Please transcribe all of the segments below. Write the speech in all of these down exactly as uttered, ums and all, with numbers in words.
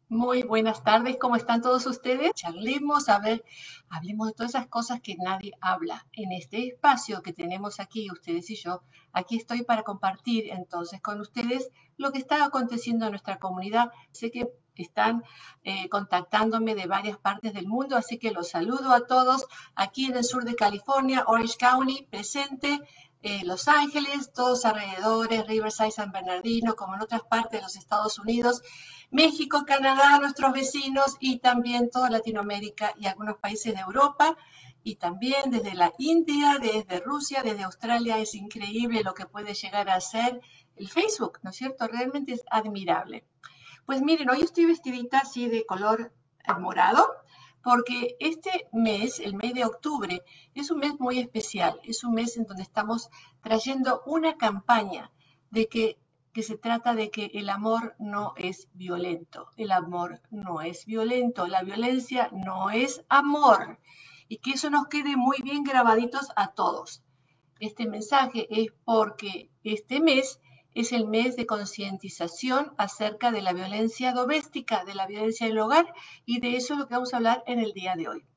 Muy buenas tardes, ¿cómo están todos ustedes? Charlemos, a ver, hablemos de todas esas cosas que nadie habla. En este espacio que tenemos aquí, ustedes y yo, aquí estoy para compartir entonces con ustedes lo que está aconteciendo en nuestra comunidad. Sé que están eh, contactándome de varias partes del mundo, así que los saludo a todos aquí en el sur de California, Orange County, presente. Eh, Los Ángeles, todos alrededores, Riverside, San Bernardino, como en otras partes de los Estados Unidos. México, Canadá, nuestros vecinos y también toda Latinoamérica y algunos países de Europa y también desde la India, desde Rusia, desde Australia. Es increíble lo que puede llegar a ser el Facebook, ¿no es cierto? Realmente es admirable. Pues miren, hoy estoy vestidita así de color morado porque este mes, el mes de octubre, es un mes muy especial. Es un mes en donde estamos trayendo una campaña de que que se trata de que el amor no es violento, el amor no es violento, la violencia no es amor, y que eso nos quede muy bien grabaditos a todos. Este mensaje es porque este mes es el mes de concientización acerca de la violencia doméstica, de la violencia en el hogar, y de eso es lo que vamos a hablar en el día de hoy.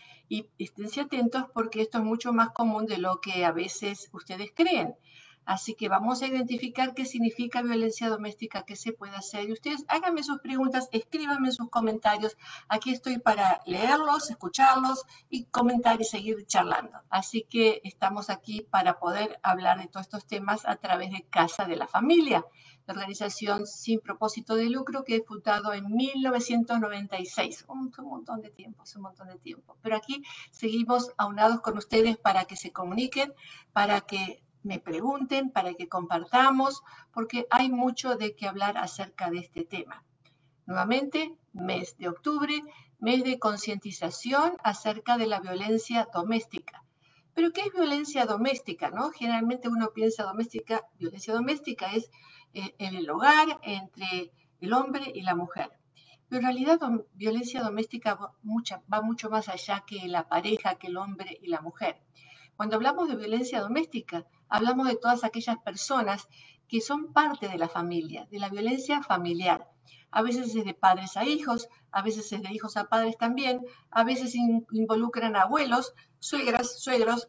Y esténse atentos porque esto es mucho más común de lo que a veces ustedes creen. Así que vamos a identificar qué significa violencia doméstica, qué se puede hacer. Y ustedes háganme sus preguntas, escríbanme sus comentarios. Aquí estoy para leerlos, escucharlos y comentar y seguir charlando. Así que estamos aquí para poder hablar de todos estos temas a través de Casa de la Familia, la organización sin propósito de lucro que he fundado en mil novecientos noventa y seis. Un, un montón de tiempo, es un montón de tiempo. Pero aquí seguimos aunados con ustedes para que se comuniquen, para que me pregunten, para que compartamos, porque hay mucho de qué hablar acerca de este tema. Nuevamente, mes de octubre, mes de concientización acerca de la violencia doméstica. Pero ¿qué es violencia doméstica? ¿No? Generalmente uno piensa doméstica, violencia doméstica es eh, en el hogar entre el hombre y la mujer. Pero en realidad dom- violencia doméstica va, mucha, va mucho más allá que la pareja, que el hombre y la mujer. Cuando hablamos de violencia doméstica, hablamos de todas aquellas personas que son parte de la familia, de la violencia familiar. A veces es de padres a hijos, a veces es de hijos a padres también, a veces in- involucran a abuelos, suegras, suegros,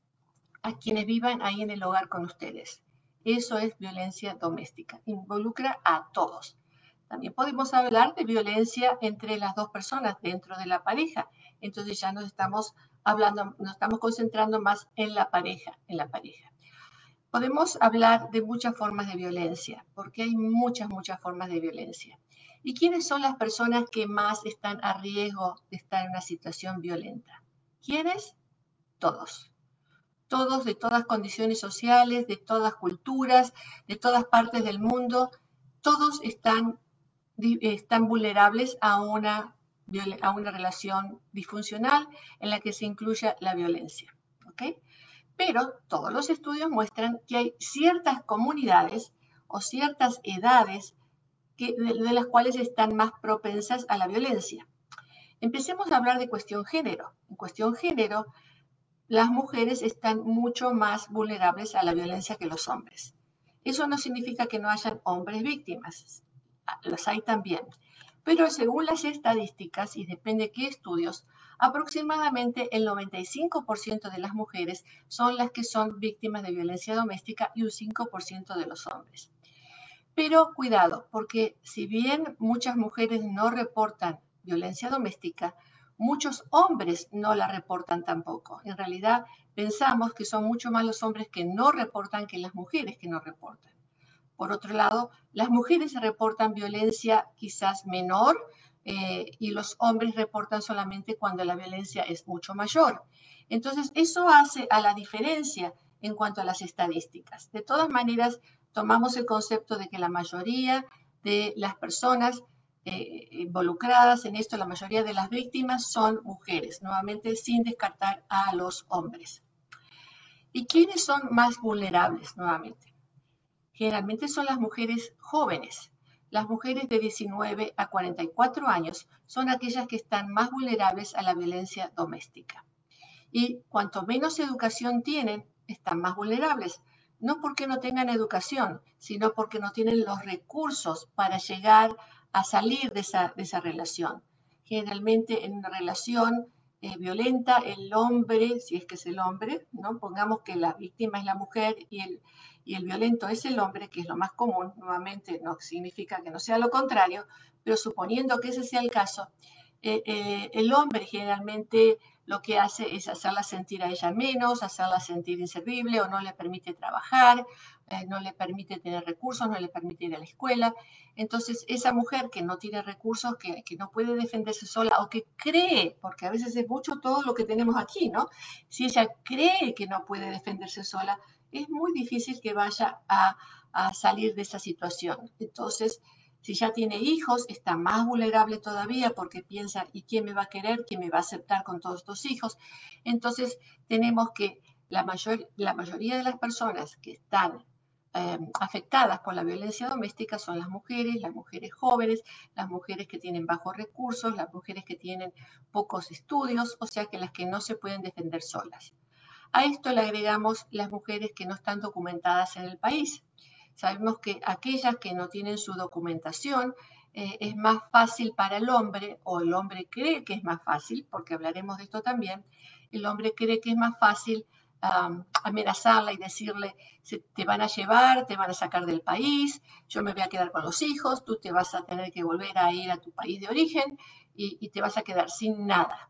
a quienes vivan ahí en el hogar con ustedes. Eso es violencia doméstica, involucra a todos. También podemos hablar de violencia entre las dos personas dentro de la pareja. Entonces ya nos estamos hablando, nos estamos concentrando más en la pareja, en la pareja. Podemos hablar de muchas formas de violencia, porque hay muchas, muchas formas de violencia. ¿Y quiénes son las personas que más están a riesgo de estar en una situación violenta? ¿Quiénes? Todos. Todos de todas condiciones sociales, de todas culturas, de todas partes del mundo, todos están, están vulnerables a una, a una relación disfuncional en la que se incluya la violencia. ¿Ok? Pero todos los estudios muestran que hay ciertas comunidades o ciertas edades que, de, de las cuales están más propensas a la violencia. Empecemos a hablar de cuestión género. En cuestión género, las mujeres están mucho más vulnerables a la violencia que los hombres. Eso no significa que no hayan hombres víctimas, los hay también. Pero según las estadísticas, y depende de qué estudios, aproximadamente el noventa y cinco por ciento de las mujeres son las que son víctimas de violencia doméstica y un cinco por ciento de los hombres. Pero cuidado, porque si bien muchas mujeres no reportan violencia doméstica, muchos hombres no la reportan tampoco. En realidad, pensamos que son mucho más los hombres que no reportan que las mujeres que no reportan. Por otro lado, las mujeres reportan violencia quizás menor eh, y los hombres reportan solamente cuando la violencia es mucho mayor. Entonces, eso hace a la diferencia en cuanto a las estadísticas. De todas maneras, tomamos el concepto de que la mayoría de las personas eh, involucradas en esto, la mayoría de las víctimas son mujeres, nuevamente sin descartar a los hombres. ¿Y quiénes son más vulnerables nuevamente? Generalmente son las mujeres jóvenes. Las mujeres de diecinueve a cuarenta y cuatro años son aquellas que están más vulnerables a la violencia doméstica. Y cuanto menos educación tienen, están más vulnerables. No porque no tengan educación, sino porque no tienen los recursos para llegar a salir de esa, de esa relación. Generalmente en una relación eh, violenta, el hombre, si es que es el hombre, ¿no? Pongamos que la víctima es la mujer y el, y el violento es el hombre, que es lo más común, nuevamente no significa que no sea lo contrario, pero suponiendo que ese sea el caso, eh, eh, el hombre generalmente lo que hace es hacerla sentir a ella menos, hacerla sentir inservible o no le permite trabajar, eh, no le permite tener recursos, no le permite ir a la escuela. Entonces, esa mujer que no tiene recursos, que, que no puede defenderse sola o que cree, porque a veces es mucho todo lo que tenemos aquí, ¿no? Si ella cree que no puede defenderse sola, es muy difícil que vaya a, a salir de esa situación. Entonces, si ya tiene hijos, está más vulnerable todavía porque piensa, ¿y quién me va a querer? ¿Quién me va a aceptar con todos estos hijos? Entonces, tenemos que la, mayor, la mayoría de las personas que están eh, afectadas por la violencia doméstica son las mujeres, las mujeres jóvenes, las mujeres que tienen bajos recursos, las mujeres que tienen pocos estudios, o sea que las que no se pueden defender solas. A esto le agregamos las mujeres que no están documentadas en el país. Sabemos que aquellas que no tienen su documentación eh, es más fácil para el hombre, o el hombre cree que es más fácil, porque hablaremos de esto también, el hombre cree que es más fácil um, amenazarla y decirle, se, te van a llevar, te van a sacar del país, yo me voy a quedar con los hijos, tú te vas a tener que volver a ir a tu país de origen y, y te vas a quedar sin nada.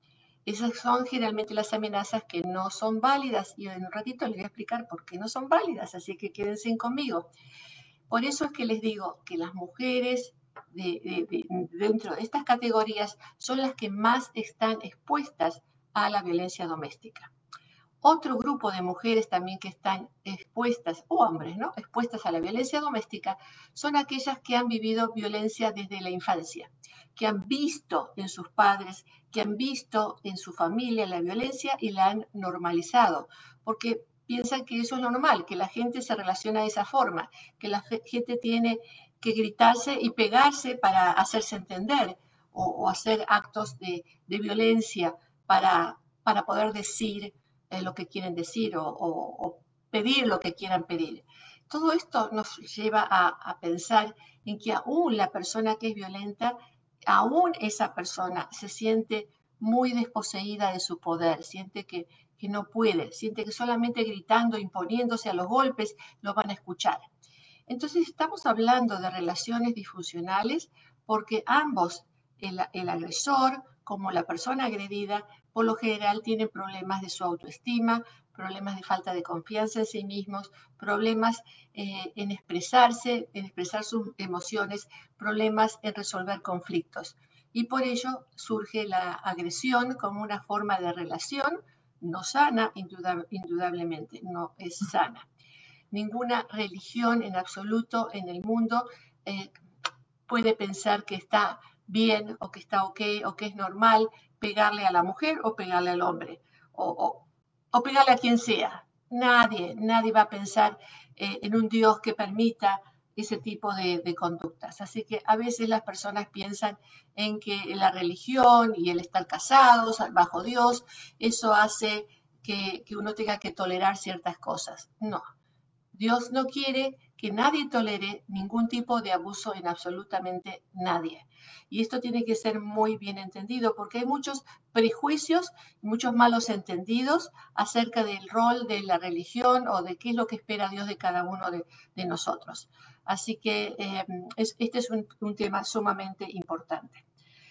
Esas son generalmente las amenazas que no son válidas y en un ratito les voy a explicar por qué no son válidas, así que quédense conmigo. Por eso es que les digo que las mujeres de, de, de, dentro de estas categorías son las que más están expuestas a la violencia doméstica. Otro grupo de mujeres también que están expuestas, o hombres, ¿no? Expuestas a la violencia doméstica, son aquellas que han vivido violencia desde la infancia, que han visto en sus padres, que han visto en su familia la violencia y la han normalizado, porque piensan que eso es lo normal, que la gente se relaciona de esa forma, que la gente tiene que gritarse y pegarse para hacerse entender o, o hacer actos de, de violencia para, para poder decir eh, lo que quieren decir o, o, o pedir lo que quieran pedir. Todo esto nos lleva a, a pensar en que aún la persona que es violenta, aún esa persona se siente muy desposeída de su poder, siente que, que no puede, siente que solamente gritando, imponiéndose a los golpes, lo van a escuchar. Entonces estamos hablando de relaciones disfuncionales porque ambos, el, el agresor como la persona agredida, por lo general tienen problemas de su autoestima, problemas de falta de confianza en sí mismos, problemas eh, en expresarse, en expresar sus emociones, problemas en resolver conflictos. Y por ello surge la agresión como una forma de relación no sana, indudablemente, no es sana. Ninguna religión en absoluto en el mundo eh, puede pensar que está bien o que está ok o que es normal pegarle a la mujer o pegarle al hombre o, o, o pegarle a quien sea. Nadie, nadie va a pensar eh, en un Dios que permita ese tipo de, de conductas. Así que a veces las personas piensan en que la religión y el estar casados bajo Dios, eso hace que, que uno tenga que tolerar ciertas cosas. No, Dios no quiere que nadie tolere ningún tipo de abuso en absolutamente nadie. Y esto tiene que ser muy bien entendido porque hay muchos prejuicios, muchos malos entendidos acerca del rol de la religión o de qué es lo que espera Dios de cada uno de, de nosotros. Así que eh, es, este es un, un tema sumamente importante.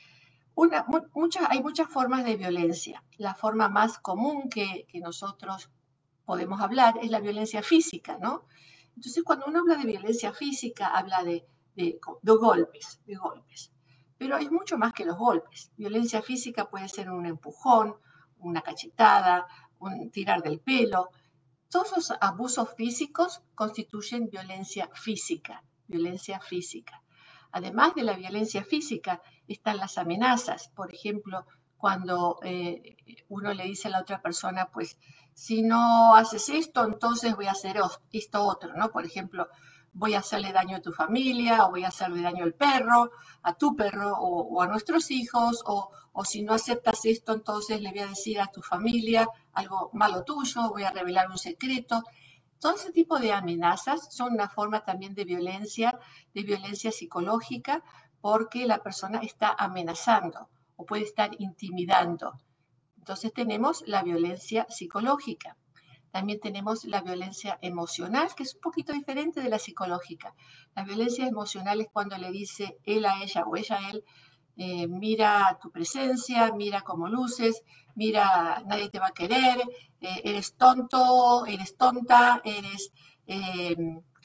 Una, muchas, hay muchas formas de violencia. La forma más común que, que nosotros podemos hablar es la violencia física, ¿no? Entonces, cuando uno habla de violencia física, habla de, de, de golpes, de golpes. Pero es mucho más que los golpes. Violencia física puede ser un empujón, una cachetada, un tirar del pelo. Todos los abusos físicos constituyen violencia física, violencia física. Además de la violencia física, están las amenazas. Por ejemplo, cuando eh, uno le dice a la otra persona, pues, si no haces esto, entonces voy a hacer esto otro, ¿no? Por ejemplo, voy a hacerle daño a tu familia, o voy a hacerle daño al perro, a tu perro, o, o a nuestros hijos, o, o si no aceptas esto, entonces le voy a decir a tu familia algo malo tuyo, voy a revelar un secreto. Todo ese tipo de amenazas son una forma también de violencia, de violencia psicológica, porque la persona está amenazando o puede estar intimidando. Entonces tenemos la violencia psicológica. También tenemos la violencia emocional, que es un poquito diferente de la psicológica. La violencia emocional es cuando le dice él a ella o ella a él, eh, mira tu presencia, mira cómo luces, mira, nadie te va a querer, eh, eres tonto, eres tonta, eres, eh,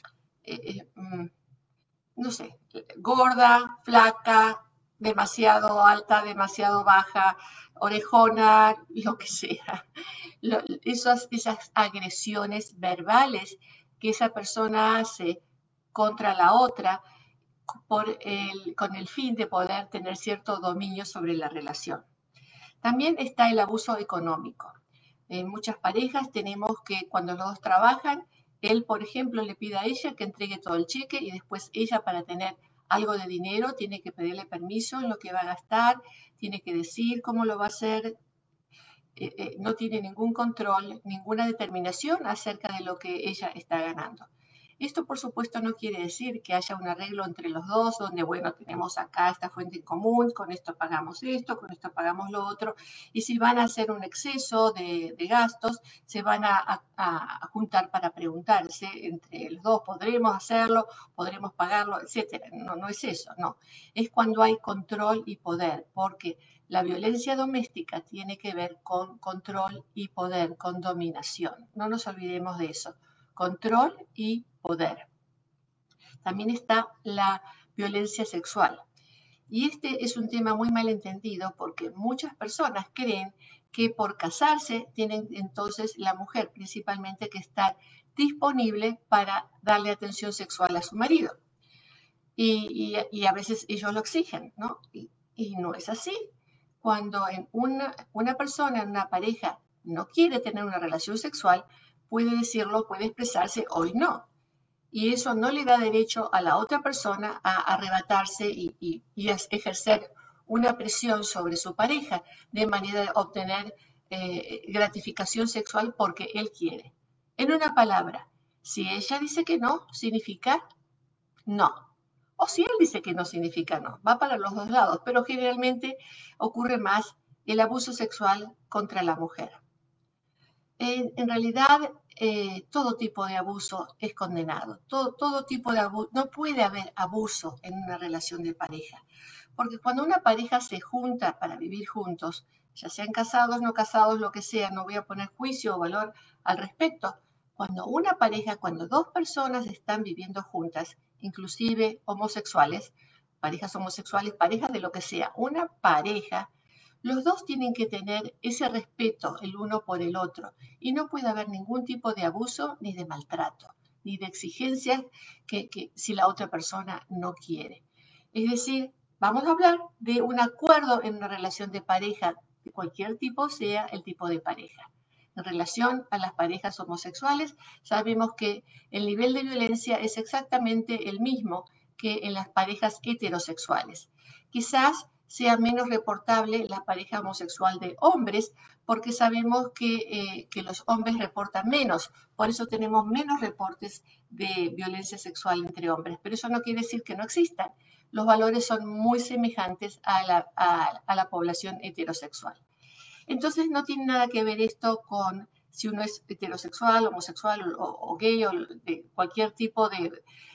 eh, eh, mm, no sé, gorda, flaca, demasiado alta, demasiado baja, orejona, lo que sea. Lo, esas, esas agresiones verbales que esa persona hace contra la otra por el, con el fin de poder tener cierto dominio sobre la relación. También está el abuso económico. En muchas parejas tenemos que cuando los dos trabajan, él, por ejemplo, le pide a ella que entregue todo el cheque y después ella, para tener algo de dinero, tiene que pedirle permiso en lo que va a gastar, tiene que decir cómo lo va a hacer, eh, eh, no tiene ningún control, ninguna determinación acerca de lo que ella está ganando. Esto, por supuesto, no quiere decir que haya un arreglo entre los dos, donde, bueno, tenemos acá esta fuente en común, con esto pagamos esto, con esto pagamos lo otro, y si van a hacer un exceso de, de gastos, se van a, a, a, juntar para preguntarse entre los dos, ¿podremos hacerlo? ¿Podremos pagarlo? Etcétera. No, no es eso, no. Es cuando hay control y poder, porque la violencia doméstica tiene que ver con control y poder, con dominación. No nos olvidemos de eso. Control y poder. También está la violencia sexual. Y este es un tema muy mal entendido porque muchas personas creen que por casarse tienen entonces la mujer principalmente que estar disponible para darle atención sexual a su marido. Y, y, y a veces ellos lo exigen, ¿no? Y, y no es así. Cuando en una, una persona, en una pareja, no quiere tener una relación sexual, puede decirlo, puede expresarse, hoy no. Y eso no le da derecho a la otra persona a arrebatarse y, y, y ejercer una presión sobre su pareja de manera de obtener eh, gratificación sexual porque él quiere. En una palabra, si ella dice que no, significa no. O si él dice que no, significa no. Va para los dos lados, pero generalmente ocurre más el abuso sexual contra la mujer. En, en realidad, eh, todo tipo de abuso es condenado. Todo, todo tipo de abuso. No puede haber abuso en una relación de pareja. Porque cuando una pareja se junta para vivir juntos, ya sean casados, no casados, lo que sea, no voy a poner juicio o valor al respecto. Cuando una pareja, cuando dos personas están viviendo juntas, inclusive homosexuales, parejas homosexuales, parejas de lo que sea, una pareja, los dos tienen que tener ese respeto el uno por el otro y no puede haber ningún tipo de abuso ni de maltrato, ni de exigencias que, que si la otra persona no quiere. Es decir, vamos a hablar de un acuerdo en una relación de pareja, de cualquier tipo sea el tipo de pareja. En relación a las parejas homosexuales, sabemos que el nivel de violencia es exactamente el mismo que en las parejas heterosexuales. Quizás sea menos reportable la pareja homosexual de hombres, porque sabemos que, eh, que los hombres reportan menos, por eso tenemos menos reportes de violencia sexual entre hombres, pero eso no quiere decir que no existan. Los valores son muy semejantes a la, a, a la población heterosexual. Entonces no tiene nada que ver esto con si uno es heterosexual, homosexual o, o gay o de cualquier tipo de,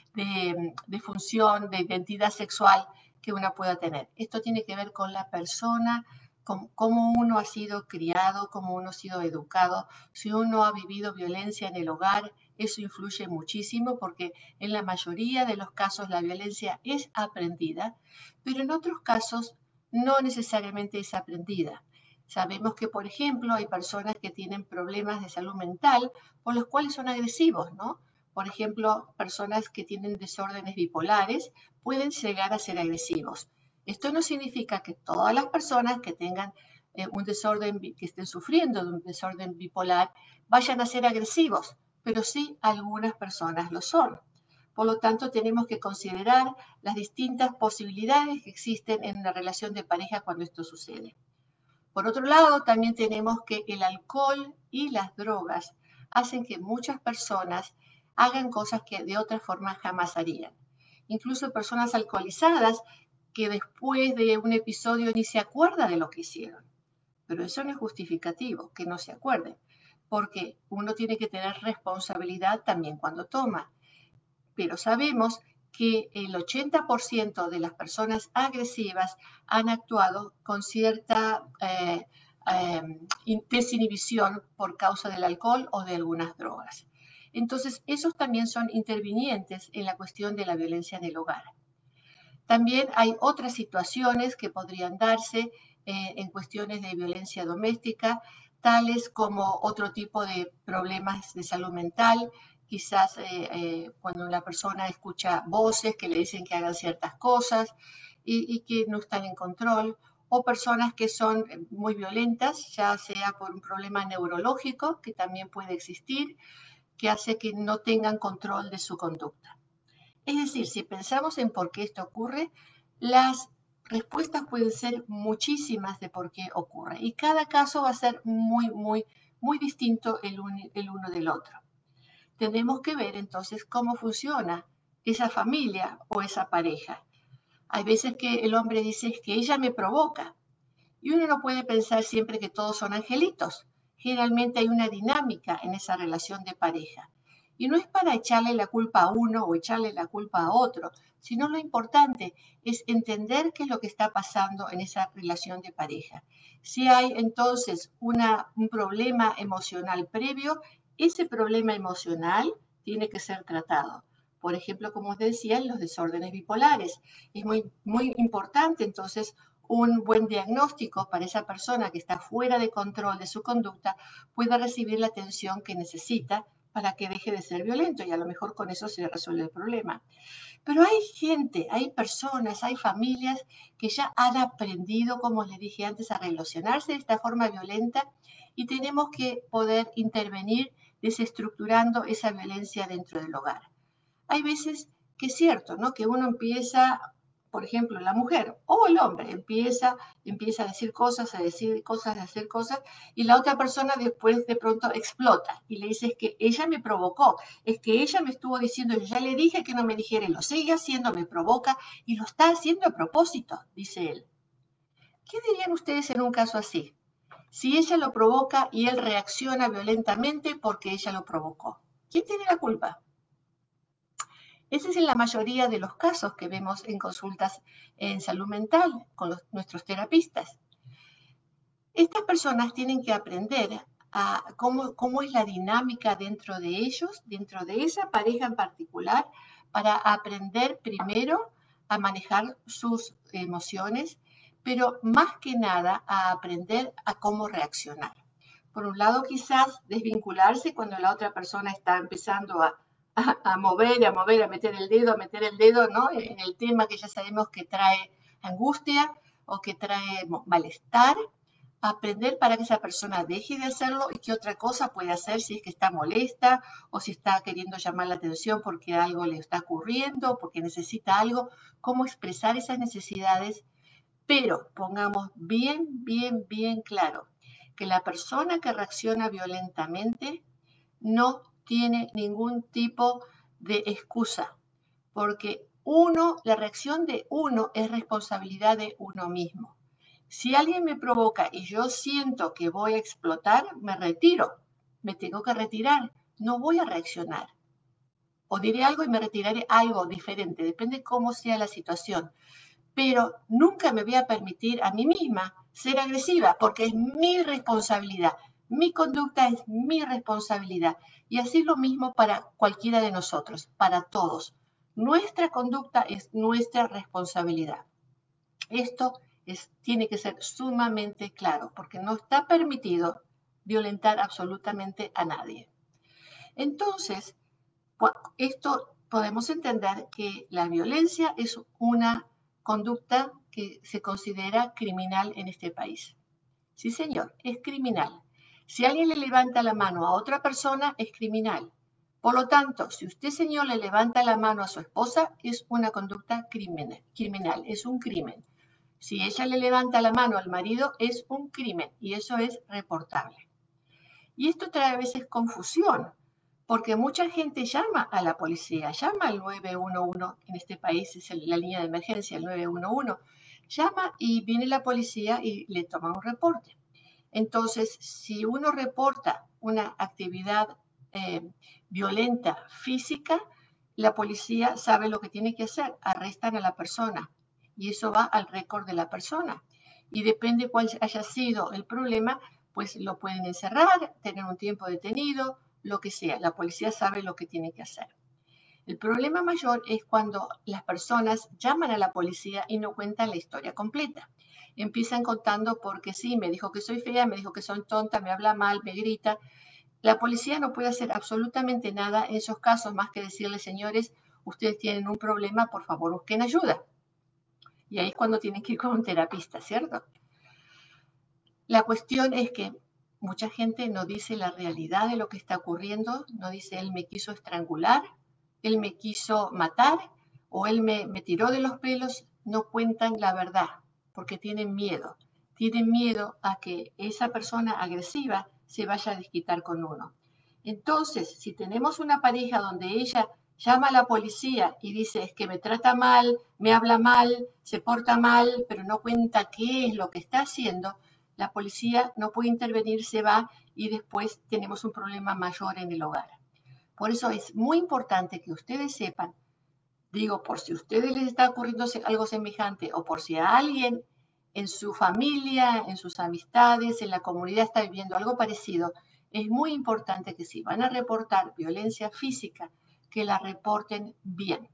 de, de función, de identidad sexual que uno pueda tener. Esto tiene que ver con la persona, con cómo uno ha sido criado, cómo uno ha sido educado. Si uno ha vivido violencia en el hogar, eso influye muchísimo porque en la mayoría de los casos la violencia es aprendida, pero en otros casos no necesariamente es aprendida. Sabemos que, por ejemplo, hay personas que tienen problemas de salud mental por los cuales son agresivos, ¿no? Por ejemplo, personas que tienen desórdenes bipolares pueden llegar a ser agresivos. Esto no significa que todas las personas que tengan eh, un desorden, que estén sufriendo de un desorden bipolar, vayan a ser agresivos, pero sí algunas personas lo son. Por lo tanto, tenemos que considerar las distintas posibilidades que existen en una relación de pareja cuando esto sucede. Por otro lado, también tenemos que el alcohol y las drogas hacen que muchas personas hagan cosas que de otra forma jamás harían. Incluso personas alcoholizadas que después de un episodio ni se acuerda de lo que hicieron. Pero eso no es justificativo, que no se acuerden, porque uno tiene que tener responsabilidad también cuando toma. Pero sabemos que el ochenta por ciento de las personas agresivas han actuado con cierta eh, eh, desinhibición por causa del alcohol o de algunas drogas. Entonces, esos también son intervinientes en la cuestión de la violencia en el hogar. También hay otras situaciones que podrían darse eh, en cuestiones de violencia doméstica, tales como otro tipo de problemas de salud mental, quizás eh, eh, cuando la persona escucha voces que le dicen que hagan ciertas cosas y, y que no están en control, o personas que son muy violentas, ya sea por un problema neurológico que también puede existir, que hace que no tengan control de su conducta. Es decir, si pensamos en por qué esto ocurre, las respuestas pueden ser muchísimas de por qué ocurre y cada caso va a ser muy, muy, muy distinto el uno, el uno del otro. Tenemos que ver entonces cómo funciona esa familia o esa pareja. Hay veces que el hombre dice es que ella me provoca y uno no puede pensar siempre que todos son angelitos. Generalmente hay una dinámica en esa relación de pareja. Y no es para echarle la culpa a uno o echarle la culpa a otro, sino lo importante es entender qué es lo que está pasando en esa relación de pareja. Si hay entonces una, un problema emocional previo, ese problema emocional tiene que ser tratado. Por ejemplo, como os decía, en los desórdenes bipolares. Es muy, muy importante entonces un buen diagnóstico para esa persona que está fuera de control de su conducta pueda recibir la atención que necesita para que deje de ser violento y a lo mejor con eso se resuelve el problema. Pero hay gente, hay personas, hay familias que ya han aprendido, como les dije antes, a relacionarse de esta forma violenta y tenemos que poder intervenir desestructurando esa violencia dentro del hogar. Hay veces que es cierto, ¿no? Que uno empieza, por ejemplo, la mujer o el hombre empieza, empieza a decir cosas, a decir cosas, a hacer cosas, y la otra persona después de pronto explota y le dice es que ella me provocó, es que ella me estuvo diciendo, yo ya le dije que no me dijera y lo sigue haciendo, me provoca y lo está haciendo a propósito, dice él. ¿Qué dirían ustedes en un caso así? Si ella lo provoca y él reacciona violentamente porque ella lo provocó. ¿Quién tiene la culpa? Ese es en la mayoría de los casos que vemos en consultas en salud mental con los, nuestros terapistas. Estas personas tienen que aprender a cómo, cómo es la dinámica dentro de ellos, dentro de esa pareja en particular, para aprender primero a manejar sus emociones, pero más que nada a aprender a cómo reaccionar. Por un lado, quizás desvincularse cuando la otra persona está empezando a a, a mover, a mover, a meter el dedo, a meter el dedo, ¿no? En el tema que ya sabemos que trae angustia o que trae malestar, aprender para que esa persona deje de hacerlo y qué otra cosa puede hacer si es que está molesta o si está queriendo llamar la atención porque algo le está ocurriendo, porque necesita algo, cómo expresar esas necesidades, pero pongamos bien, bien, bien claro que la persona que reacciona violentamente no tiene ningún tipo de excusa, porque uno, la reacción de uno es responsabilidad de uno mismo. Si alguien me provoca y yo siento que voy a explotar, me retiro, me tengo que retirar, no voy a reaccionar. O diré algo y me retiraré algo diferente, depende cómo sea la situación. Pero nunca me voy a permitir a mí misma ser agresiva, porque es mi responsabilidad. Mi conducta es mi responsabilidad. Y así es lo mismo para cualquiera de nosotros, para todos. Nuestra conducta es nuestra responsabilidad. Esto es, tiene que ser sumamente claro, porque no está permitido violentar absolutamente a nadie. Entonces, esto podemos entender que la violencia es una conducta que se considera criminal en este país. Sí, señor, es criminal. Si alguien le levanta la mano a otra persona, es criminal. Por lo tanto, si usted, señor, le levanta la mano a su esposa, es una conducta criminal, criminal, es un crimen. Si ella le levanta la mano al marido, es un crimen y eso es reportable. Y esto trae a veces confusión, porque mucha gente llama a la policía, llama al nueve uno uno, en este país es la línea de emergencia, el nueve uno uno, llama y viene la policía y le toma un reporte. Entonces, si uno reporta una actividad eh, violenta física, la policía sabe lo que tiene que hacer, arrestan a la persona y eso va al récord de la persona. Y depende cuál haya sido el problema, pues lo pueden encerrar, tener un tiempo detenido, lo que sea. La policía sabe lo que tiene que hacer. El problema mayor es cuando las personas llaman a la policía y no cuentan la historia completa. Empiezan contando porque sí, me dijo que soy fea, me dijo que soy tonta, me habla mal, me grita. La policía no puede hacer absolutamente nada en esos casos más que decirles, señores, ustedes tienen un problema, por favor busquen ayuda. Y ahí es cuando tienen que ir con un terapista, ¿cierto? La cuestión es que mucha gente no dice la realidad de lo que está ocurriendo, no dice él me quiso estrangular, él me quiso matar o él me, me tiró de los pelos, no cuentan la verdad porque tienen miedo. Tienen miedo a que esa persona agresiva se vaya a desquitar con uno. Entonces, si tenemos una pareja donde ella llama a la policía y dice es que me trata mal, me habla mal, se porta mal, pero no cuenta qué es lo que está haciendo, la policía no puede intervenir, se va y después tenemos un problema mayor en el hogar. Por eso es muy importante que ustedes sepan, digo, por si a ustedes les está ocurriendo algo semejante o por si a alguien en su familia, en sus amistades, en la comunidad está viviendo algo parecido, es muy importante que si van a reportar violencia física, que la reporten bien.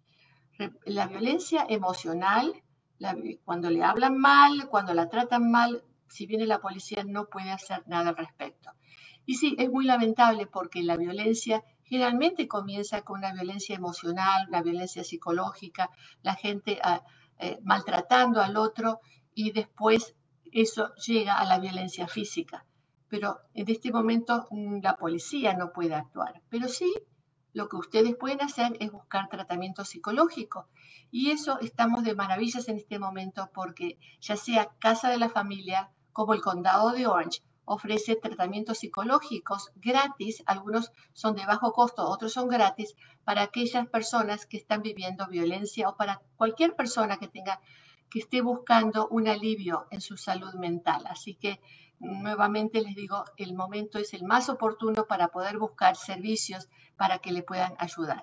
La violencia emocional, la, cuando le hablan mal, cuando la tratan mal, si viene la policía no puede hacer nada al respecto. Y sí, es muy lamentable porque la violencia generalmente comienza con una violencia emocional, una violencia psicológica, la gente uh, eh, maltratando al otro y después eso llega a la violencia física. Pero en este momento la policía no puede actuar. Pero sí, lo que ustedes pueden hacer es buscar tratamiento psicológico. Y eso estamos de maravillas en este momento porque ya sea Casa de la Familia como el Condado de Orange ofrece tratamientos psicológicos gratis, algunos son de bajo costo, otros son gratis, para aquellas personas que están viviendo violencia o para cualquier persona que tenga, que esté buscando un alivio en su salud mental. Así que nuevamente les digo, el momento es el más oportuno para poder buscar servicios para que le puedan ayudar.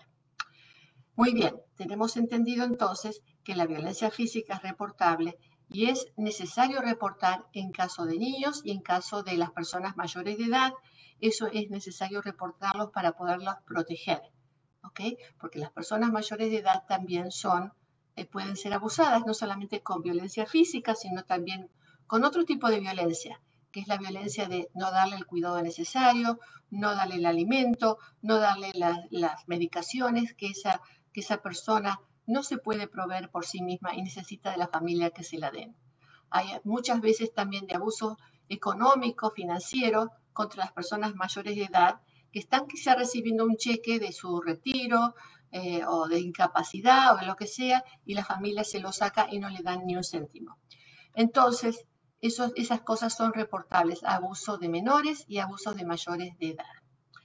Muy bien, tenemos entendido entonces que la violencia física es reportable y es necesario reportar en caso de niños y en caso de las personas mayores de edad. Eso es necesario reportarlos para poderlos proteger, ¿ok? Porque las personas mayores de edad también son, eh, pueden ser abusadas, no solamente con violencia física, sino también con otro tipo de violencia, que es la violencia de no darle el cuidado necesario, no darle el alimento, no darle la, las medicaciones que esa, que esa persona no se puede proveer por sí misma y necesita de la familia que se la den. Hay muchas veces también de abuso económico, financiero, contra las personas mayores de edad que están quizá recibiendo un cheque de su retiro eh, o de incapacidad o de lo que sea y la familia se lo saca y no le dan ni un céntimo. Entonces, esos, esas cosas son reportables, abuso de menores y abusos de mayores de edad.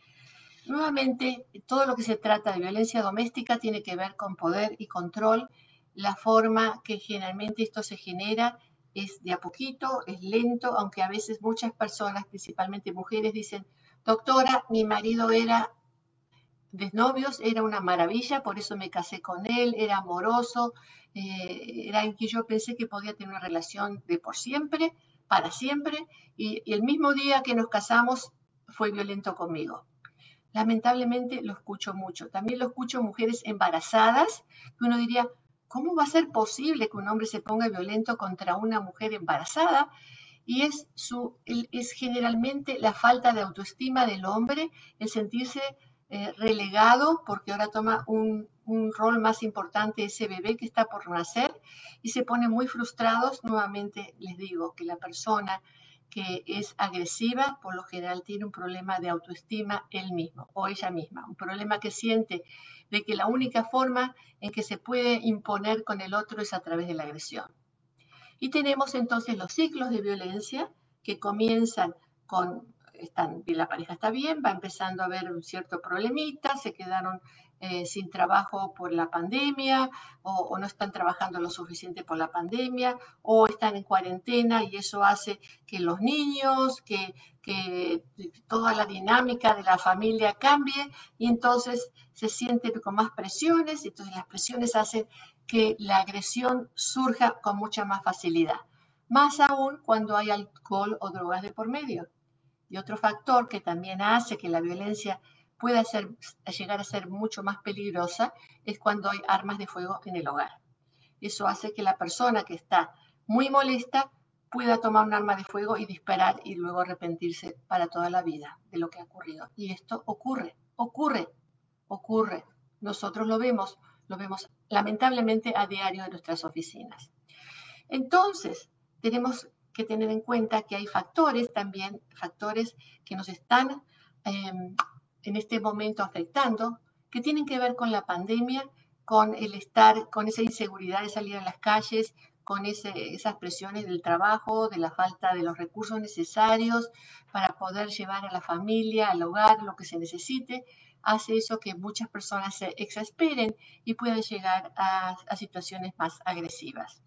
Nuevamente, todo lo que se trata de violencia doméstica tiene que ver con poder y control. La forma que generalmente esto se genera es de a poquito, es lento, aunque a veces muchas personas, principalmente mujeres, dicen, doctora, mi marido era de novios, era una maravilla, por eso me casé con él, era amoroso, eh, era en que yo pensé que podía tener una relación de por siempre, para siempre, y, y el mismo día que nos casamos fue violento conmigo. Lamentablemente lo escucho mucho. También lo escucho mujeres embarazadas, que uno diría, ¿cómo va a ser posible que un hombre se ponga violento contra una mujer embarazada? Y es, su, es generalmente la falta de autoestima del hombre, el sentirse eh, relegado porque ahora toma un, un rol más importante ese bebé que está por nacer y se pone muy frustrados. Nuevamente les digo que la persona que es agresiva, por lo general tiene un problema de autoestima él mismo o ella misma, un problema que siente de que la única forma en que se puede imponer con el otro es a través de la agresión. Y tenemos entonces los ciclos de violencia que comienzan con están, la pareja está bien, va empezando a haber un cierto problemita, se quedaron eh, sin trabajo por la pandemia, o, o no están trabajando lo suficiente por la pandemia, o están en cuarentena y eso hace que los niños, que, que toda la dinámica de la familia cambie y entonces se sienten con más presiones y entonces las presiones hacen que la agresión surja con mucha más facilidad. Más aún cuando hay alcohol o drogas de por medio. Y otro factor que también hace que la violencia pueda ser, llegar a ser mucho más peligrosa es cuando hay armas de fuego en el hogar. Eso hace que la persona que está muy molesta pueda tomar un arma de fuego y disparar y luego arrepentirse para toda la vida de lo que ha ocurrido. Y esto ocurre, ocurre, ocurre. Nosotros lo vemos, lo vemos lamentablemente a diario en nuestras oficinas. Entonces, tenemos que tener en cuenta que hay factores también, factores que nos están eh, en este momento afectando, que tienen que ver con la pandemia, con el estar, con esa inseguridad de salir a las calles, con ese, esas presiones del trabajo, de la falta de los recursos necesarios para poder llevar a la familia, al hogar, lo que se necesite, hace eso que muchas personas se exasperen y puedan llegar a, a situaciones más agresivas.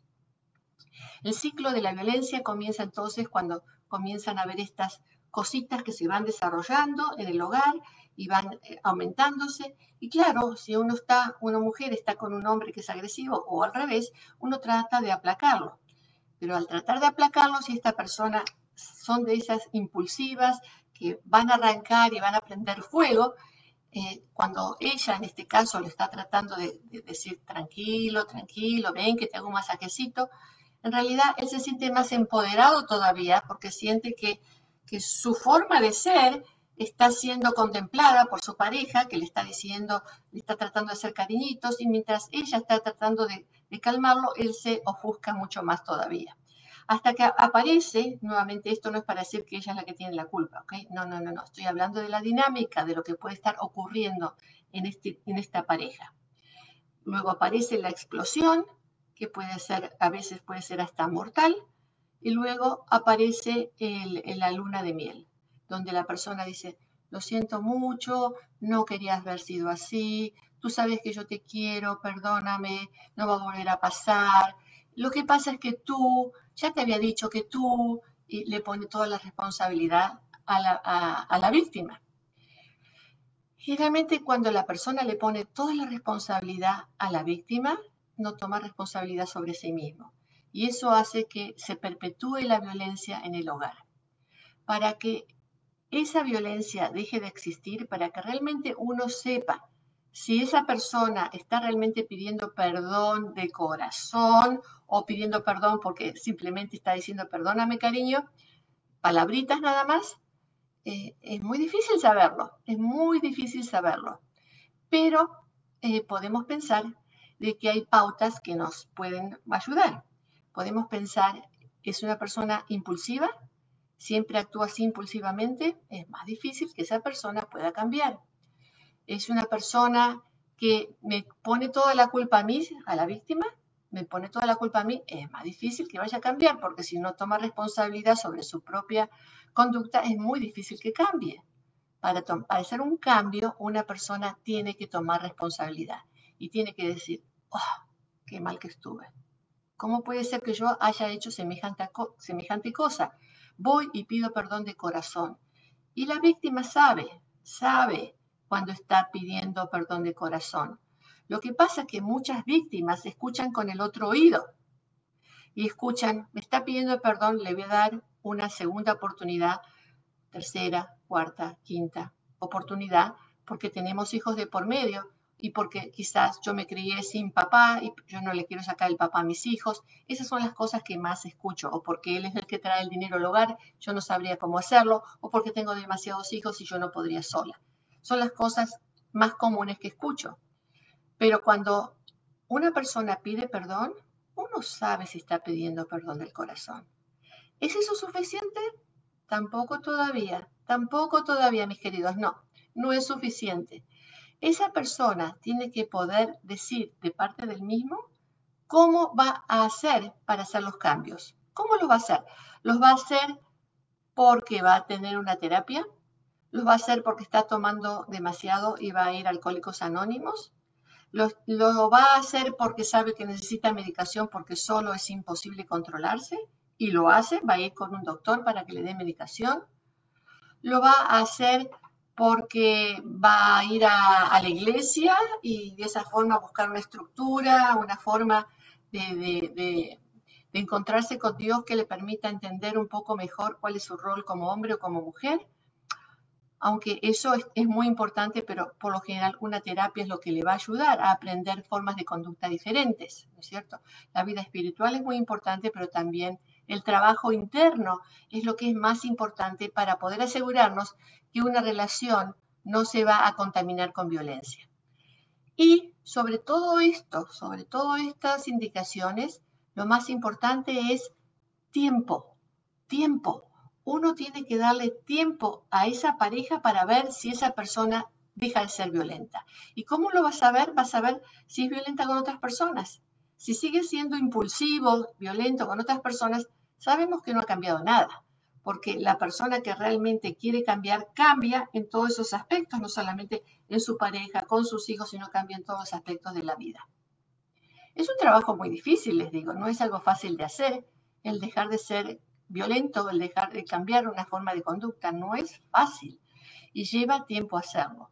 El ciclo de la violencia comienza entonces cuando comienzan a haber estas cositas que se van desarrollando en el hogar y van eh, aumentándose. Y claro, si uno está, una mujer está con un hombre que es agresivo o al revés, uno trata de aplacarlo. Pero al tratar de aplacarlo, si esta persona son de esas impulsivas que van a arrancar y van a prender fuego, eh, cuando ella en este caso lo está tratando de, de decir tranquilo, tranquilo, ven que te hago un masajecito, en realidad él se siente más empoderado todavía porque siente que, que su forma de ser está siendo contemplada por su pareja, que le está diciendo, le está tratando de hacer cariñitos, y mientras ella está tratando de, de calmarlo, él se ofusca mucho más todavía. Hasta que aparece, nuevamente esto no es para decir que ella es la que tiene la culpa, ¿ok? No, no, no, no, estoy hablando de la dinámica, de lo que puede estar ocurriendo en, este, en esta pareja. Luego aparece la explosión, que puede ser, a veces puede ser hasta mortal, y luego aparece el, el, la luna de miel, donde la persona dice, lo siento mucho, no querías haber sido así, tú sabes que yo te quiero, perdóname, no va a volver a pasar. Lo que pasa es que tú, ya te había dicho que tú, y le pone toda la responsabilidad a la, a, a la víctima. Generalmente cuando la persona le pone toda la responsabilidad a la víctima, no toma responsabilidad sobre sí mismo. Y eso hace que se perpetúe la violencia en el hogar. Para que esa violencia deje de existir, para que realmente uno sepa si esa persona está realmente pidiendo perdón de corazón o pidiendo perdón porque simplemente está diciendo perdóname cariño, palabritas nada más, eh, es muy difícil saberlo, es muy difícil saberlo. Pero eh, podemos pensar de que hay pautas que nos pueden ayudar. Podemos pensar, ¿es una persona impulsiva? ¿Siempre actúa así impulsivamente? Es más difícil que esa persona pueda cambiar. ¿Es una persona que me pone toda la culpa a mí, a la víctima? ¿Me pone toda la culpa a mí? Es más difícil que vaya a cambiar, porque si no toma responsabilidad sobre su propia conducta, es muy difícil que cambie. Para, para hacer un cambio, una persona tiene que tomar responsabilidad y tiene que decir, oh, qué mal que estuve. ¿Cómo puede ser que yo haya hecho semejante, semejante cosa? Voy y pido perdón de corazón. Y la víctima sabe, sabe cuando está pidiendo perdón de corazón. Lo que pasa es que muchas víctimas escuchan con el otro oído y escuchan, me está pidiendo perdón, le voy a dar una segunda oportunidad, tercera, cuarta, quinta oportunidad, porque tenemos hijos de por medio y porque quizás yo me crié sin papá y yo no le quiero sacar el papá a mis hijos. Esas son las cosas que más escucho, o porque él es el que trae el dinero al hogar, yo no sabría cómo hacerlo, o porque tengo demasiados hijos y yo no podría sola. Son las cosas más comunes que escucho. Pero cuando una persona pide perdón, uno sabe si está pidiendo perdón del corazón. ¿Es eso suficiente? Tampoco todavía, tampoco todavía, mis queridos, no, no es suficiente. Esa persona tiene que poder decir de parte del mismo cómo va a hacer para hacer los cambios. ¿Cómo los va a hacer? Los va a hacer porque va a tener una terapia, lo va a hacer porque está tomando demasiado y va a ir a Alcohólicos Anónimos, lo, lo va a hacer porque sabe que necesita medicación porque solo es imposible controlarse y lo hace, va a ir con un doctor para que le dé medicación, lo va a hacer porque va a ir a, a la iglesia y de esa forma buscar una estructura, una forma de, de, de, de encontrarse con Dios que le permita entender un poco mejor cuál es su rol como hombre o como mujer. Aunque eso es, es muy importante, pero por lo general una terapia es lo que le va a ayudar a aprender formas de conducta diferentes, ¿no es cierto? La vida espiritual es muy importante, pero también el trabajo interno es lo que es más importante para poder asegurarnos que una relación no se va a contaminar con violencia. Y sobre todo esto, sobre todas estas indicaciones, lo más importante es tiempo, tiempo. Uno tiene que darle tiempo a esa pareja para ver si esa persona deja de ser violenta. ¿Y cómo lo vas a ver? Vas a ver si es violenta con otras personas. Si sigue siendo impulsivo, violento con otras personas, sabemos que no ha cambiado nada, porque la persona que realmente quiere cambiar, cambia en todos esos aspectos, no solamente en su pareja, con sus hijos, sino cambia en todos los aspectos de la vida. Es un trabajo muy difícil, les digo, no es algo fácil de hacer, el dejar de ser violento, el dejar de cambiar una forma de conducta, no es fácil y lleva tiempo hacerlo.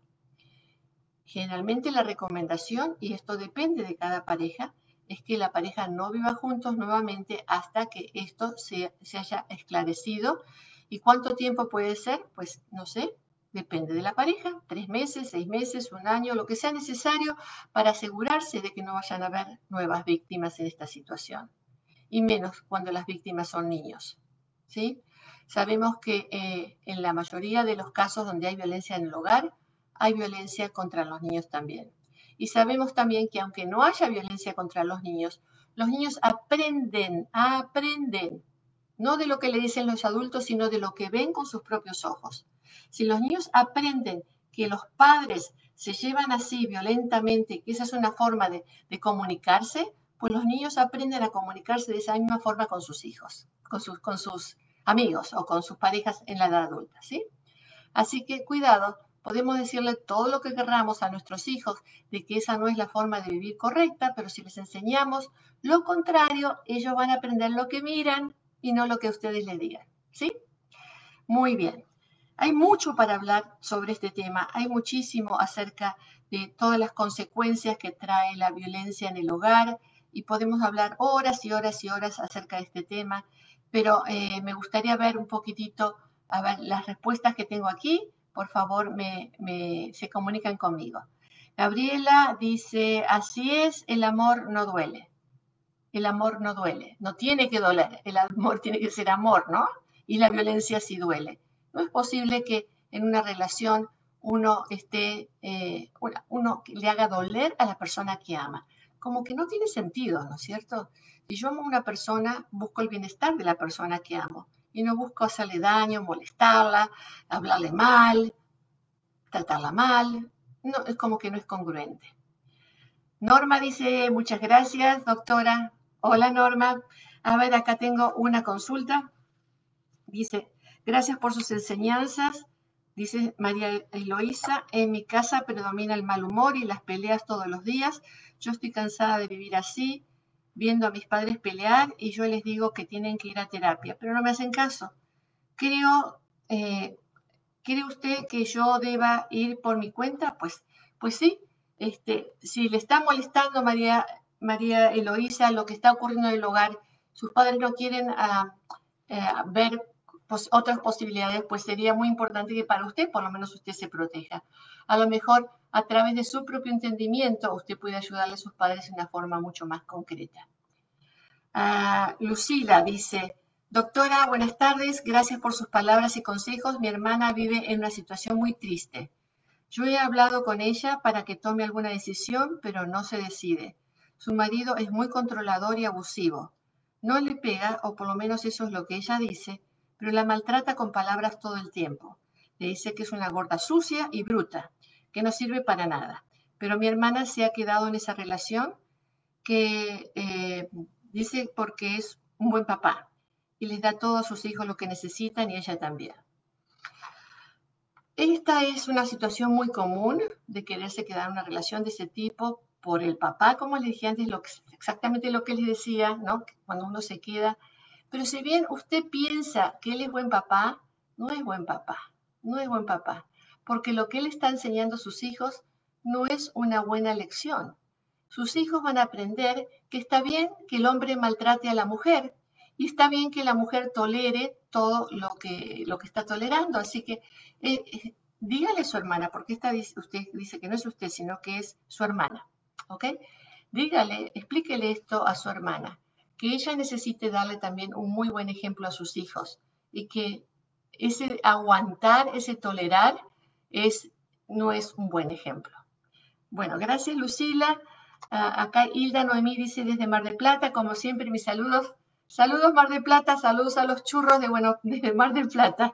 Generalmente la recomendación, y esto depende de cada pareja, es que la pareja no viva juntos nuevamente hasta que esto se, se haya esclarecido. ¿Y cuánto tiempo puede ser? Pues no sé, depende de la pareja, tres meses, seis meses, un año, lo que sea necesario para asegurarse de que no vayan a haber nuevas víctimas en esta situación. Y menos cuando las víctimas son niños, ¿sí? Sabemos que eh, en la mayoría de los casos donde hay violencia en el hogar, hay violencia contra los niños también. Y sabemos también que aunque no haya violencia contra los niños, los niños aprenden, aprenden, no de lo que le dicen los adultos, sino de lo que ven con sus propios ojos. Si los niños aprenden que los padres se llevan así violentamente, que esa es una forma de, de comunicarse, pues los niños aprenden a comunicarse de esa misma forma con sus hijos, con sus, con sus amigos o con sus parejas en la edad adulta, ¿sí? Así que cuidado, podemos decirle todo lo que querramos a nuestros hijos de que esa no es la forma de vivir correcta, pero si les enseñamos lo contrario, ellos van a aprender lo que miran y no lo que ustedes les digan, ¿sí? Muy bien. Hay mucho para hablar sobre este tema, hay muchísimo acerca de todas las consecuencias que trae la violencia en el hogar y podemos hablar horas y horas y horas acerca de este tema, pero eh, me gustaría ver un poquitito, a ver, las respuestas que tengo aquí, por favor, me, me, se comunican conmigo. Gabriela dice, así es, el amor no duele. El amor no duele, no tiene que doler, el amor tiene que ser amor, ¿no? Y la violencia sí duele. No es posible que en una relación uno esté, eh, uno le haga doler a la persona que ama. Como que no tiene sentido, ¿no es cierto? Si yo amo a una persona, busco el bienestar de la persona que amo y no busco hacerle daño, molestarla, hablarle mal, tratarla mal. No, es como que no es congruente. Norma dice, muchas gracias, doctora. Hola, Norma. A ver, acá tengo una consulta. Dice, gracias por sus enseñanzas. Dice María Eloísa, en mi casa predomina el mal humor y las peleas todos los días. Yo estoy cansada de vivir así, viendo a mis padres pelear y yo les digo que tienen que ir a terapia, pero no me hacen caso. Creo, eh, ¿Cree usted que yo deba ir por mi cuenta? Pues, pues sí. Este, si le está molestando María, María Eloísa lo que está ocurriendo en el hogar, sus padres no quieren uh, uh, ver pues, otras posibilidades, pues sería muy importante que para usted, por lo menos usted se proteja. A lo mejor a través de su propio entendimiento, usted puede ayudarle a sus padres de una forma mucho más concreta. Uh, Lucila dice, doctora, buenas tardes, gracias por sus palabras y consejos. Mi hermana vive en una situación muy triste. Yo he hablado con ella para que tome alguna decisión, pero no se decide. Su marido es muy controlador y abusivo. No le pega, o por lo menos eso es lo que ella dice, pero la maltrata con palabras todo el tiempo. Le dice que es una gorda sucia y bruta, que no sirve para nada. Pero mi hermana se ha quedado en esa relación que... Eh, dice porque es un buen papá y les da a todos sus hijos lo que necesitan y ella también. Esta es una situación muy común de quererse quedar en una relación de ese tipo por el papá, como les dije antes, lo que, exactamente lo que les decía, ¿no? Cuando uno se queda. Pero si bien usted piensa que él es buen papá, no es buen papá, no es buen papá, porque lo que él está enseñando a sus hijos no es una buena lección. Sus hijos van a aprender que está bien que el hombre maltrate a la mujer y está bien que la mujer tolere todo lo que, lo que está tolerando. Así que eh, eh, dígale a su hermana, porque esta dice, usted dice que no es usted, sino que es su hermana, ¿ok? Dígale, explíquele esto a su hermana, que ella necesite darle también un muy buen ejemplo a sus hijos y que ese aguantar, ese tolerar, es, no es un buen ejemplo. Bueno, gracias Lucila. Uh, acá Hilda Noemí dice desde Mar del Plata, como siempre, mis saludos. Saludos Mar del Plata, saludos a los churros de, bueno, de Mar del Plata.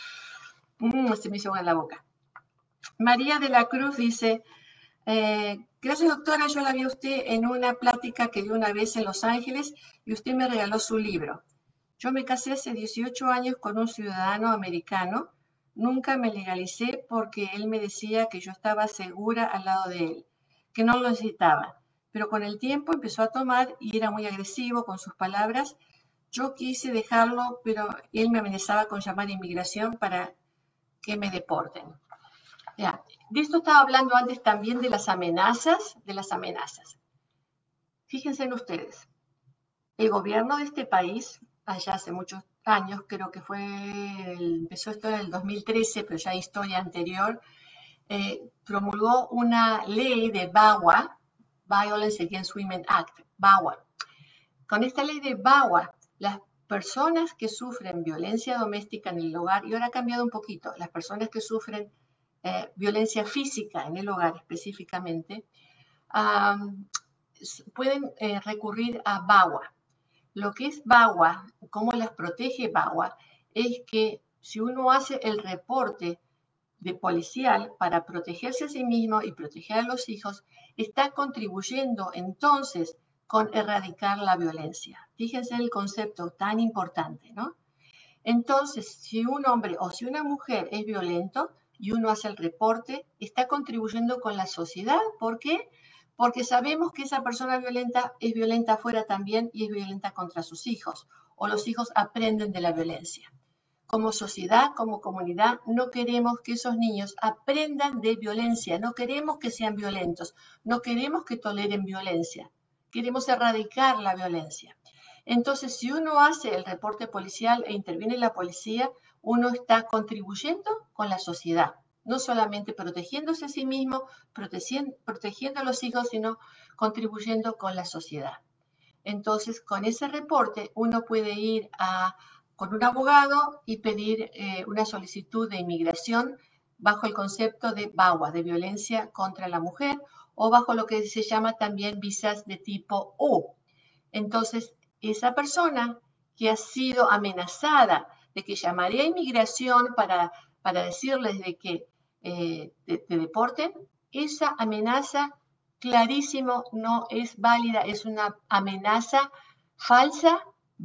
Mm, se me hizo agua en la boca. María de la Cruz dice, eh, gracias doctora, yo la vi a usted en una plática que dio una vez en Los Ángeles y usted me regaló su libro. Yo me casé hace dieciocho años con un ciudadano americano. Nunca me legalicé porque él me decía que yo estaba segura al lado de él, que no lo necesitaba. Pero con el tiempo empezó a tomar y era muy agresivo con sus palabras. Yo quise dejarlo, pero él me amenazaba con llamar a inmigración para que me deporten. Ya. De esto estaba hablando antes también de las amenazas, de las amenazas. Fíjense en ustedes, el gobierno de este país, allá hace muchos años, creo que fue, el, empezó esto en el dos mil trece, pero ya hay historia anterior, eh, promulgó una ley de VAWA, Violence Against Women Act, VAWA. Con esta ley de VAWA, las personas que sufren violencia doméstica en el hogar, y ahora ha cambiado un poquito, las personas que sufren eh, violencia física en el hogar específicamente, um, pueden eh, recurrir a VAWA. Lo que es VAWA, cómo las protege VAWA, es que si uno hace el reporte de policial para protegerse a sí mismo y proteger a los hijos, está contribuyendo entonces con erradicar la violencia. Fíjense el concepto tan importante, ¿no? Entonces, si un hombre o si una mujer es violento y uno hace el reporte, está contribuyendo con la sociedad. ¿Por qué? Porque sabemos que esa persona violenta es violenta afuera también y es violenta contra sus hijos, o los hijos aprenden de la violencia. Como sociedad, como comunidad, no queremos que esos niños aprendan de violencia, no queremos que sean violentos, no queremos que toleren violencia, queremos erradicar la violencia. Entonces, si uno hace el reporte policial e interviene la policía, uno está contribuyendo con la sociedad, no solamente protegiéndose a sí mismo, protegiendo, protegiendo a los hijos, sino contribuyendo con la sociedad. Entonces, con ese reporte, uno puede ir a, con un abogado y pedir eh, una solicitud de inmigración bajo el concepto de VAWA, de violencia contra la mujer, o bajo lo que se llama también visas de tipo U. Entonces, esa persona que ha sido amenazada de que llamaría a inmigración para, para decirles de que eh, te, te deporten, esa amenaza clarísimo no es válida, es una amenaza falsa,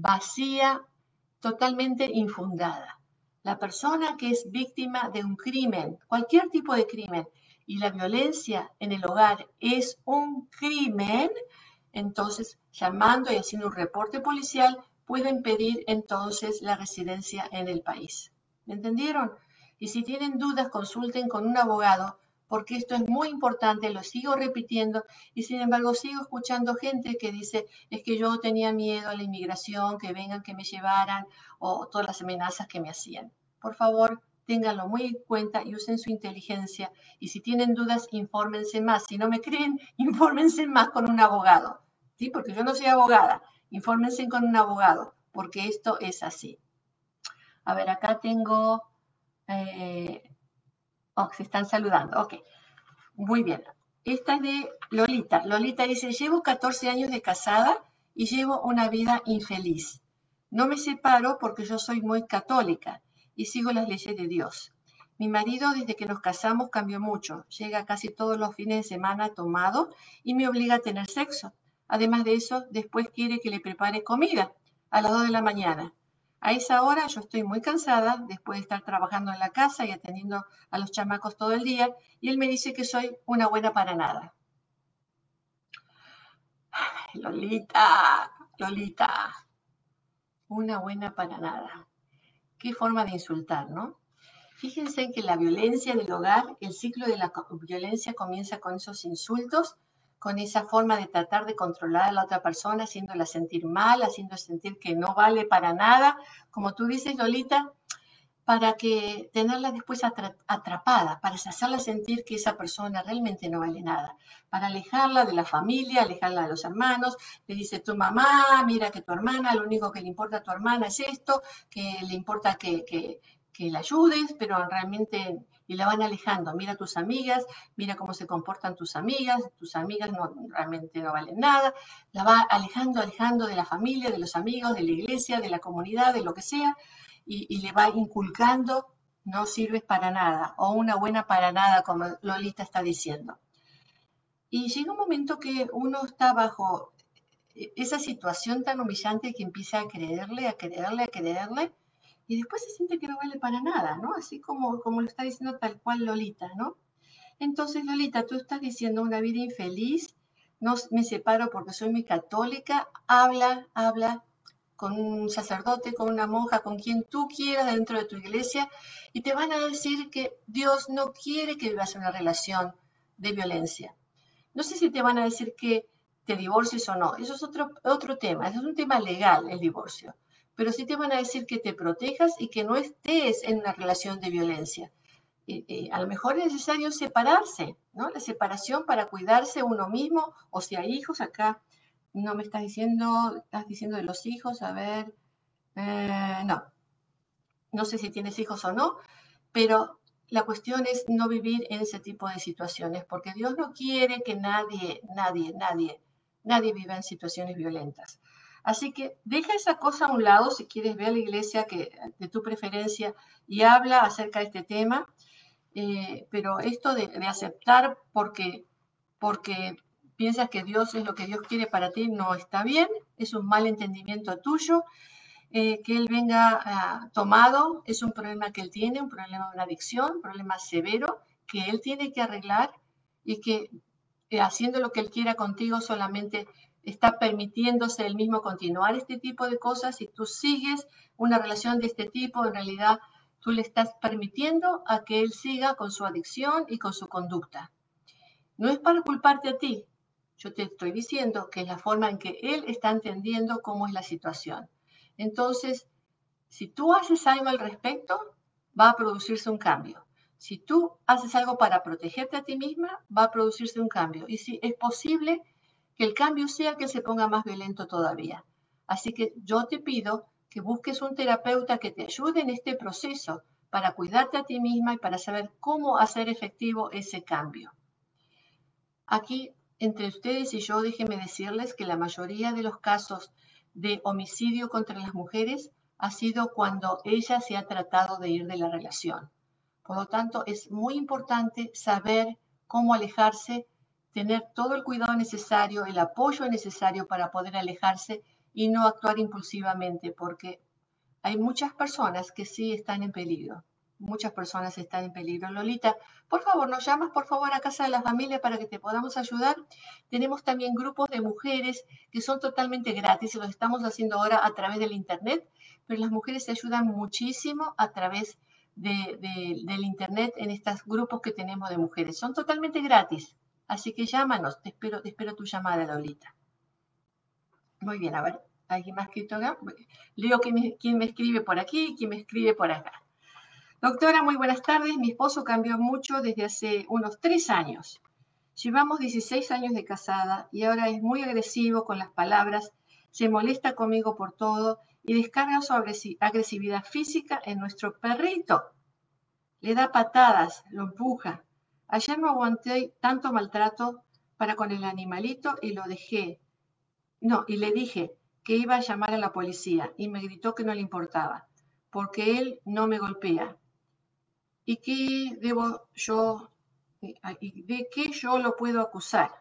vacía, totalmente infundada. La persona que es víctima de un crimen, cualquier tipo de crimen, y la violencia en el hogar es un crimen, entonces llamando y haciendo un reporte policial pueden pedir entonces la residencia en el país. ¿Me entendieron? Y si tienen dudas, consulten con un abogado, porque esto es muy importante, lo sigo repitiendo, y sin embargo sigo escuchando gente que dice, es que yo tenía miedo a la inmigración, que vengan, que me llevaran, o todas las amenazas que me hacían. Por favor, ténganlo muy en cuenta y usen su inteligencia, y si tienen dudas, infórmense más. Si no me creen, infórmense más con un abogado, ¿sí? Porque yo no soy abogada, infórmense con un abogado, porque esto es así. A ver, acá tengo... Eh, oh, se están saludando, ok. Muy bien. Esta es de Lolita. Lolita dice, llevo catorce años de casada y llevo una vida infeliz. No me separo porque yo soy muy católica y sigo las leyes de Dios. Mi marido desde que nos casamos cambió mucho. Llega casi todos los fines de semana tomado y me obliga a tener sexo. Además de eso, después quiere que le prepare comida a las dos de la mañana. A esa hora yo estoy muy cansada, después de estar trabajando en la casa y atendiendo a los chamacos todo el día, y él me dice que soy una buena para nada. Ay, Lolita, Lolita, una buena para nada. Qué forma de insultar, ¿no? Fíjense que la violencia del hogar, el ciclo de la violencia comienza con esos insultos, con esa forma de tratar de controlar a la otra persona, haciéndola sentir mal, haciéndola sentir que no vale para nada, como tú dices, Lolita, para que tenerla después atrapada, para hacerla sentir que esa persona realmente no vale nada, para alejarla de la familia, alejarla de los hermanos. Le dice tu mamá, mira que tu hermana, lo único que le importa a tu hermana es esto, que le importa que, que, que la ayudes, pero realmente, y la van alejando. Mira tus amigas, mira cómo se comportan tus amigas, tus amigas no, realmente no valen nada. La va alejando, alejando de la familia, de los amigos, de la iglesia, de la comunidad, de lo que sea, y, y le va inculcando no sirves para nada o una buena para nada, como Lolita está diciendo. Y llega un momento que uno está bajo esa situación tan humillante que empieza a creerle, a creerle, a creerle, y después se siente que no vale para nada, ¿no? Así como, como lo está diciendo tal cual Lolita, ¿no? Entonces, Lolita, tú estás diciendo una vida infeliz, no me separo porque soy muy católica, habla, habla con un sacerdote, con una monja, con quien tú quieras dentro de tu iglesia, y te van a decir que Dios no quiere que vivas una relación de violencia. No sé si te van a decir que te divorcies o no, eso es otro, otro tema, eso es un tema legal, el divorcio, pero sí te van a decir que te protejas y que no estés en una relación de violencia. Eh, eh, a lo mejor es necesario separarse, ¿no? La separación para cuidarse uno mismo, o si hay hijos, acá no me estás diciendo, estás diciendo de los hijos, a ver, eh, no, no sé si tienes hijos o no, pero la cuestión es no vivir en ese tipo de situaciones, porque Dios no quiere que nadie, nadie, nadie, nadie viva en situaciones violentas. Así que deja esa cosa a un lado, si quieres ver a la iglesia que, de tu preferencia y habla acerca de este tema, eh, pero esto de, de aceptar porque, porque piensas que Dios es lo que Dios quiere para ti no está bien, es un mal entendimiento tuyo. Eh, que él venga uh, tomado es un problema que él tiene, un problema de una adicción, un problema severo que él tiene que arreglar, y que eh, haciendo lo que él quiera contigo solamente está permitiéndose él mismo continuar este tipo de cosas. Y tú sigues una relación de este tipo, en realidad tú le estás permitiendo a que él siga con su adicción y con su conducta. No es para culparte a ti, yo te estoy diciendo que es la forma en que él está entendiendo cómo es la situación. Entonces, si tú haces algo al respecto, va a producirse un cambio. Si tú haces algo para protegerte a ti misma, va a producirse un cambio. Y si es posible que el cambio sea que se ponga más violento todavía. Así que yo te pido que busques un terapeuta que te ayude en este proceso para cuidarte a ti misma y para saber cómo hacer efectivo ese cambio. Aquí, entre ustedes y yo, déjenme decirles que la mayoría de los casos de homicidio contra las mujeres ha sido cuando ella se ha tratado de ir de la relación. Por lo tanto, es muy importante saber cómo alejarse, tener todo el cuidado necesario, el apoyo necesario para poder alejarse y no actuar impulsivamente, porque hay muchas personas que sí están en peligro. Muchas personas están en peligro. Lolita, por favor, nos llamas por favor a Casa de la Familia para que te podamos ayudar. Tenemos también grupos de mujeres que son totalmente gratis y los estamos haciendo ahora a través del Internet, pero las mujeres se ayudan muchísimo a través de, de, del Internet en estos grupos que tenemos de mujeres. Son totalmente gratis, así que llámanos. Te espero, te espero tu llamada, Lolita. Muy bien, a ver, ¿alguien más escrito acá? Leo quién me, quién me escribe por aquí y quién me escribe por acá. Doctora, muy buenas tardes. Mi esposo cambió mucho desde hace unos tres años. Llevamos dieciséis años de casada y ahora es muy agresivo con las palabras, se molesta conmigo por todo y descarga su agresividad física en nuestro perrito. Le da patadas, lo empuja. Ayer no aguanté tanto maltrato para con el animalito y lo dejé. No, y le dije que iba a llamar a la policía y me gritó que no le importaba, porque él no me golpea. ¿Y qué debo yo, y de qué yo lo puedo acusar?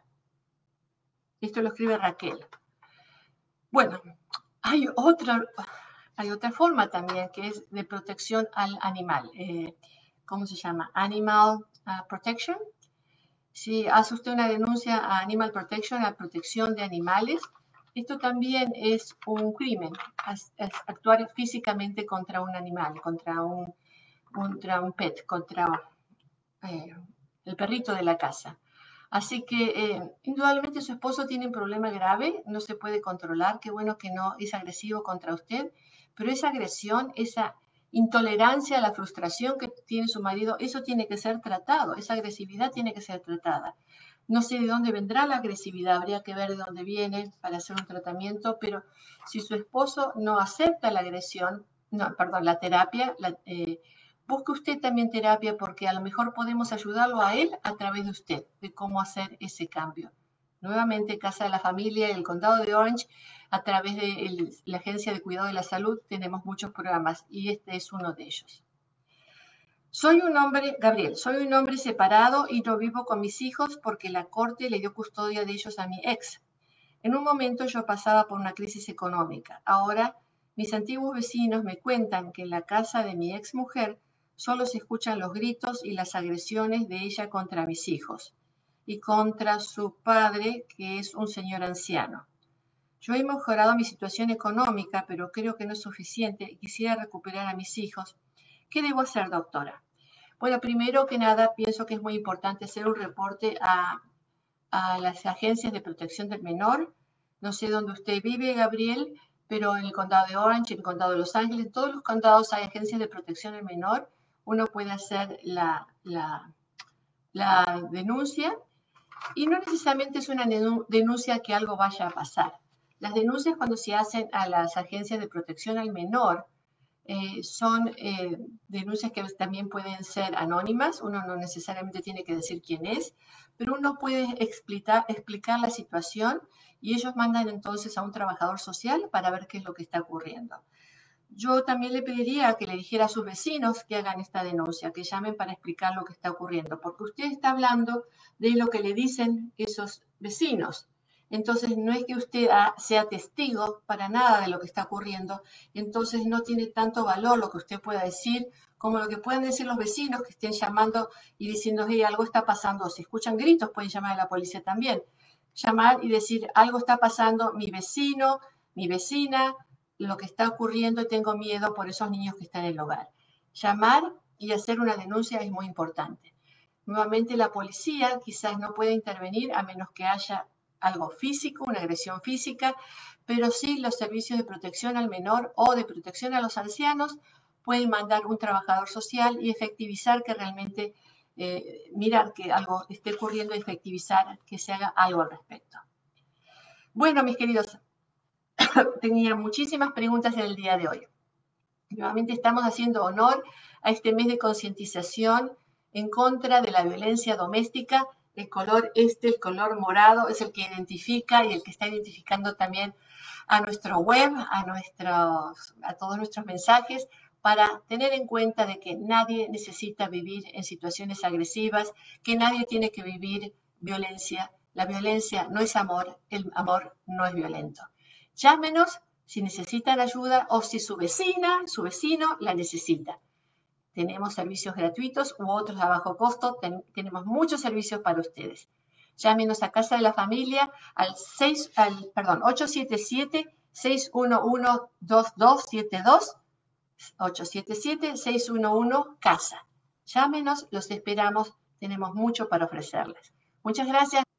Esto lo escribe Raquel. Bueno, hay otra, hay otra forma también que es de protección al animal. Eh, ¿Cómo se llama? Animal uh, Protection. Si hace usted una denuncia a Animal Protection, a protección de animales, esto también es un crimen, es, es actuar físicamente contra un animal, contra un, contra un pet, contra eh, el perrito de la casa. Así que eh, indudablemente su esposo tiene un problema grave, no se puede controlar, qué bueno que no es agresivo contra usted, pero esa agresión, esa intolerancia a la frustración que tiene su marido, eso tiene que ser tratado, esa agresividad tiene que ser tratada. No sé de dónde vendrá la agresividad, habría que ver de dónde viene para hacer un tratamiento, pero si su esposo no acepta la agresión, no, perdón, la terapia, la, eh, busque usted también terapia porque a lo mejor podemos ayudarlo a él a través de usted, de cómo hacer ese cambio. Nuevamente, Casa de la Familia y el Condado de Orange, a través de el, la Agencia de Cuidado de la Salud, tenemos muchos programas y este es uno de ellos. Soy un hombre, Gabriel, soy un hombre separado y no vivo con mis hijos porque la corte le dio custodia de ellos a mi ex. En un momento yo pasaba por una crisis económica. Ahora mis antiguos vecinos me cuentan que en la casa de mi ex mujer solo se escuchan los gritos y las agresiones de ella contra mis hijos y contra su padre, que es un señor anciano. Yo he mejorado mi situación económica, pero creo que no es suficiente y quisiera recuperar a mis hijos. ¿Qué debo hacer, doctora? Bueno, primero que nada, pienso que es muy importante hacer un reporte a, a las agencias de protección del menor. No sé dónde usted vive, Gabriel, pero en el condado de Orange, en el condado de Los Ángeles, en todos los condados hay agencias de protección del menor. Uno puede hacer la, la, la denuncia y no necesariamente es una denuncia que algo vaya a pasar. Las denuncias cuando se hacen a las agencias de protección al menor eh, son eh, denuncias que también pueden ser anónimas, uno no necesariamente tiene que decir quién es, pero uno puede explicar, explicar la situación y ellos mandan entonces a un trabajador social para ver qué es lo que está ocurriendo. Yo también le pediría que le dijera a sus vecinos que hagan esta denuncia, que llamen para explicar lo que está ocurriendo, porque usted está hablando de lo que le dicen esos vecinos. Entonces, no es que usted sea testigo para nada de lo que está ocurriendo, entonces no tiene tanto valor lo que usted pueda decir como lo que pueden decir los vecinos que estén llamando y diciendo, hey, algo está pasando. Si escuchan gritos, pueden llamar a la policía también. Llamar y decir, algo está pasando, mi vecino, mi vecina, lo que está ocurriendo y tengo miedo por esos niños que están en el hogar. Llamar y hacer una denuncia es muy importante. Nuevamente, la policía quizás no puede intervenir a menos que haya algo físico, una agresión física, pero sí los servicios de protección al menor o de protección a los ancianos pueden mandar un trabajador social y efectivizar que realmente, eh, mirar que algo esté ocurriendo y efectivizar que se haga algo al respecto. Bueno, mis queridos, tenía muchísimas preguntas en el día de hoy. Nuevamente estamos haciendo honor a este mes de concientización en contra de la violencia doméstica. El color este, el color morado, es el que identifica y el que está identificando también a nuestro web, a, nuestros, a todos nuestros mensajes, para tener en cuenta de que nadie necesita vivir en situaciones agresivas, que nadie tiene que vivir violencia. La violencia no es amor, el amor no es violento. Llámenos si necesitan ayuda o si su vecina, su vecino la necesita. Tenemos servicios gratuitos u otros a bajo costo. Ten, tenemos muchos servicios para ustedes. Llámenos a Casa de la Familia al, seis, al perdón, ocho siete siete, seis uno uno, dos dos siete dos, ocho siete siete, seis uno uno, casa. Llámenos, los esperamos. Tenemos mucho para ofrecerles. Muchas gracias.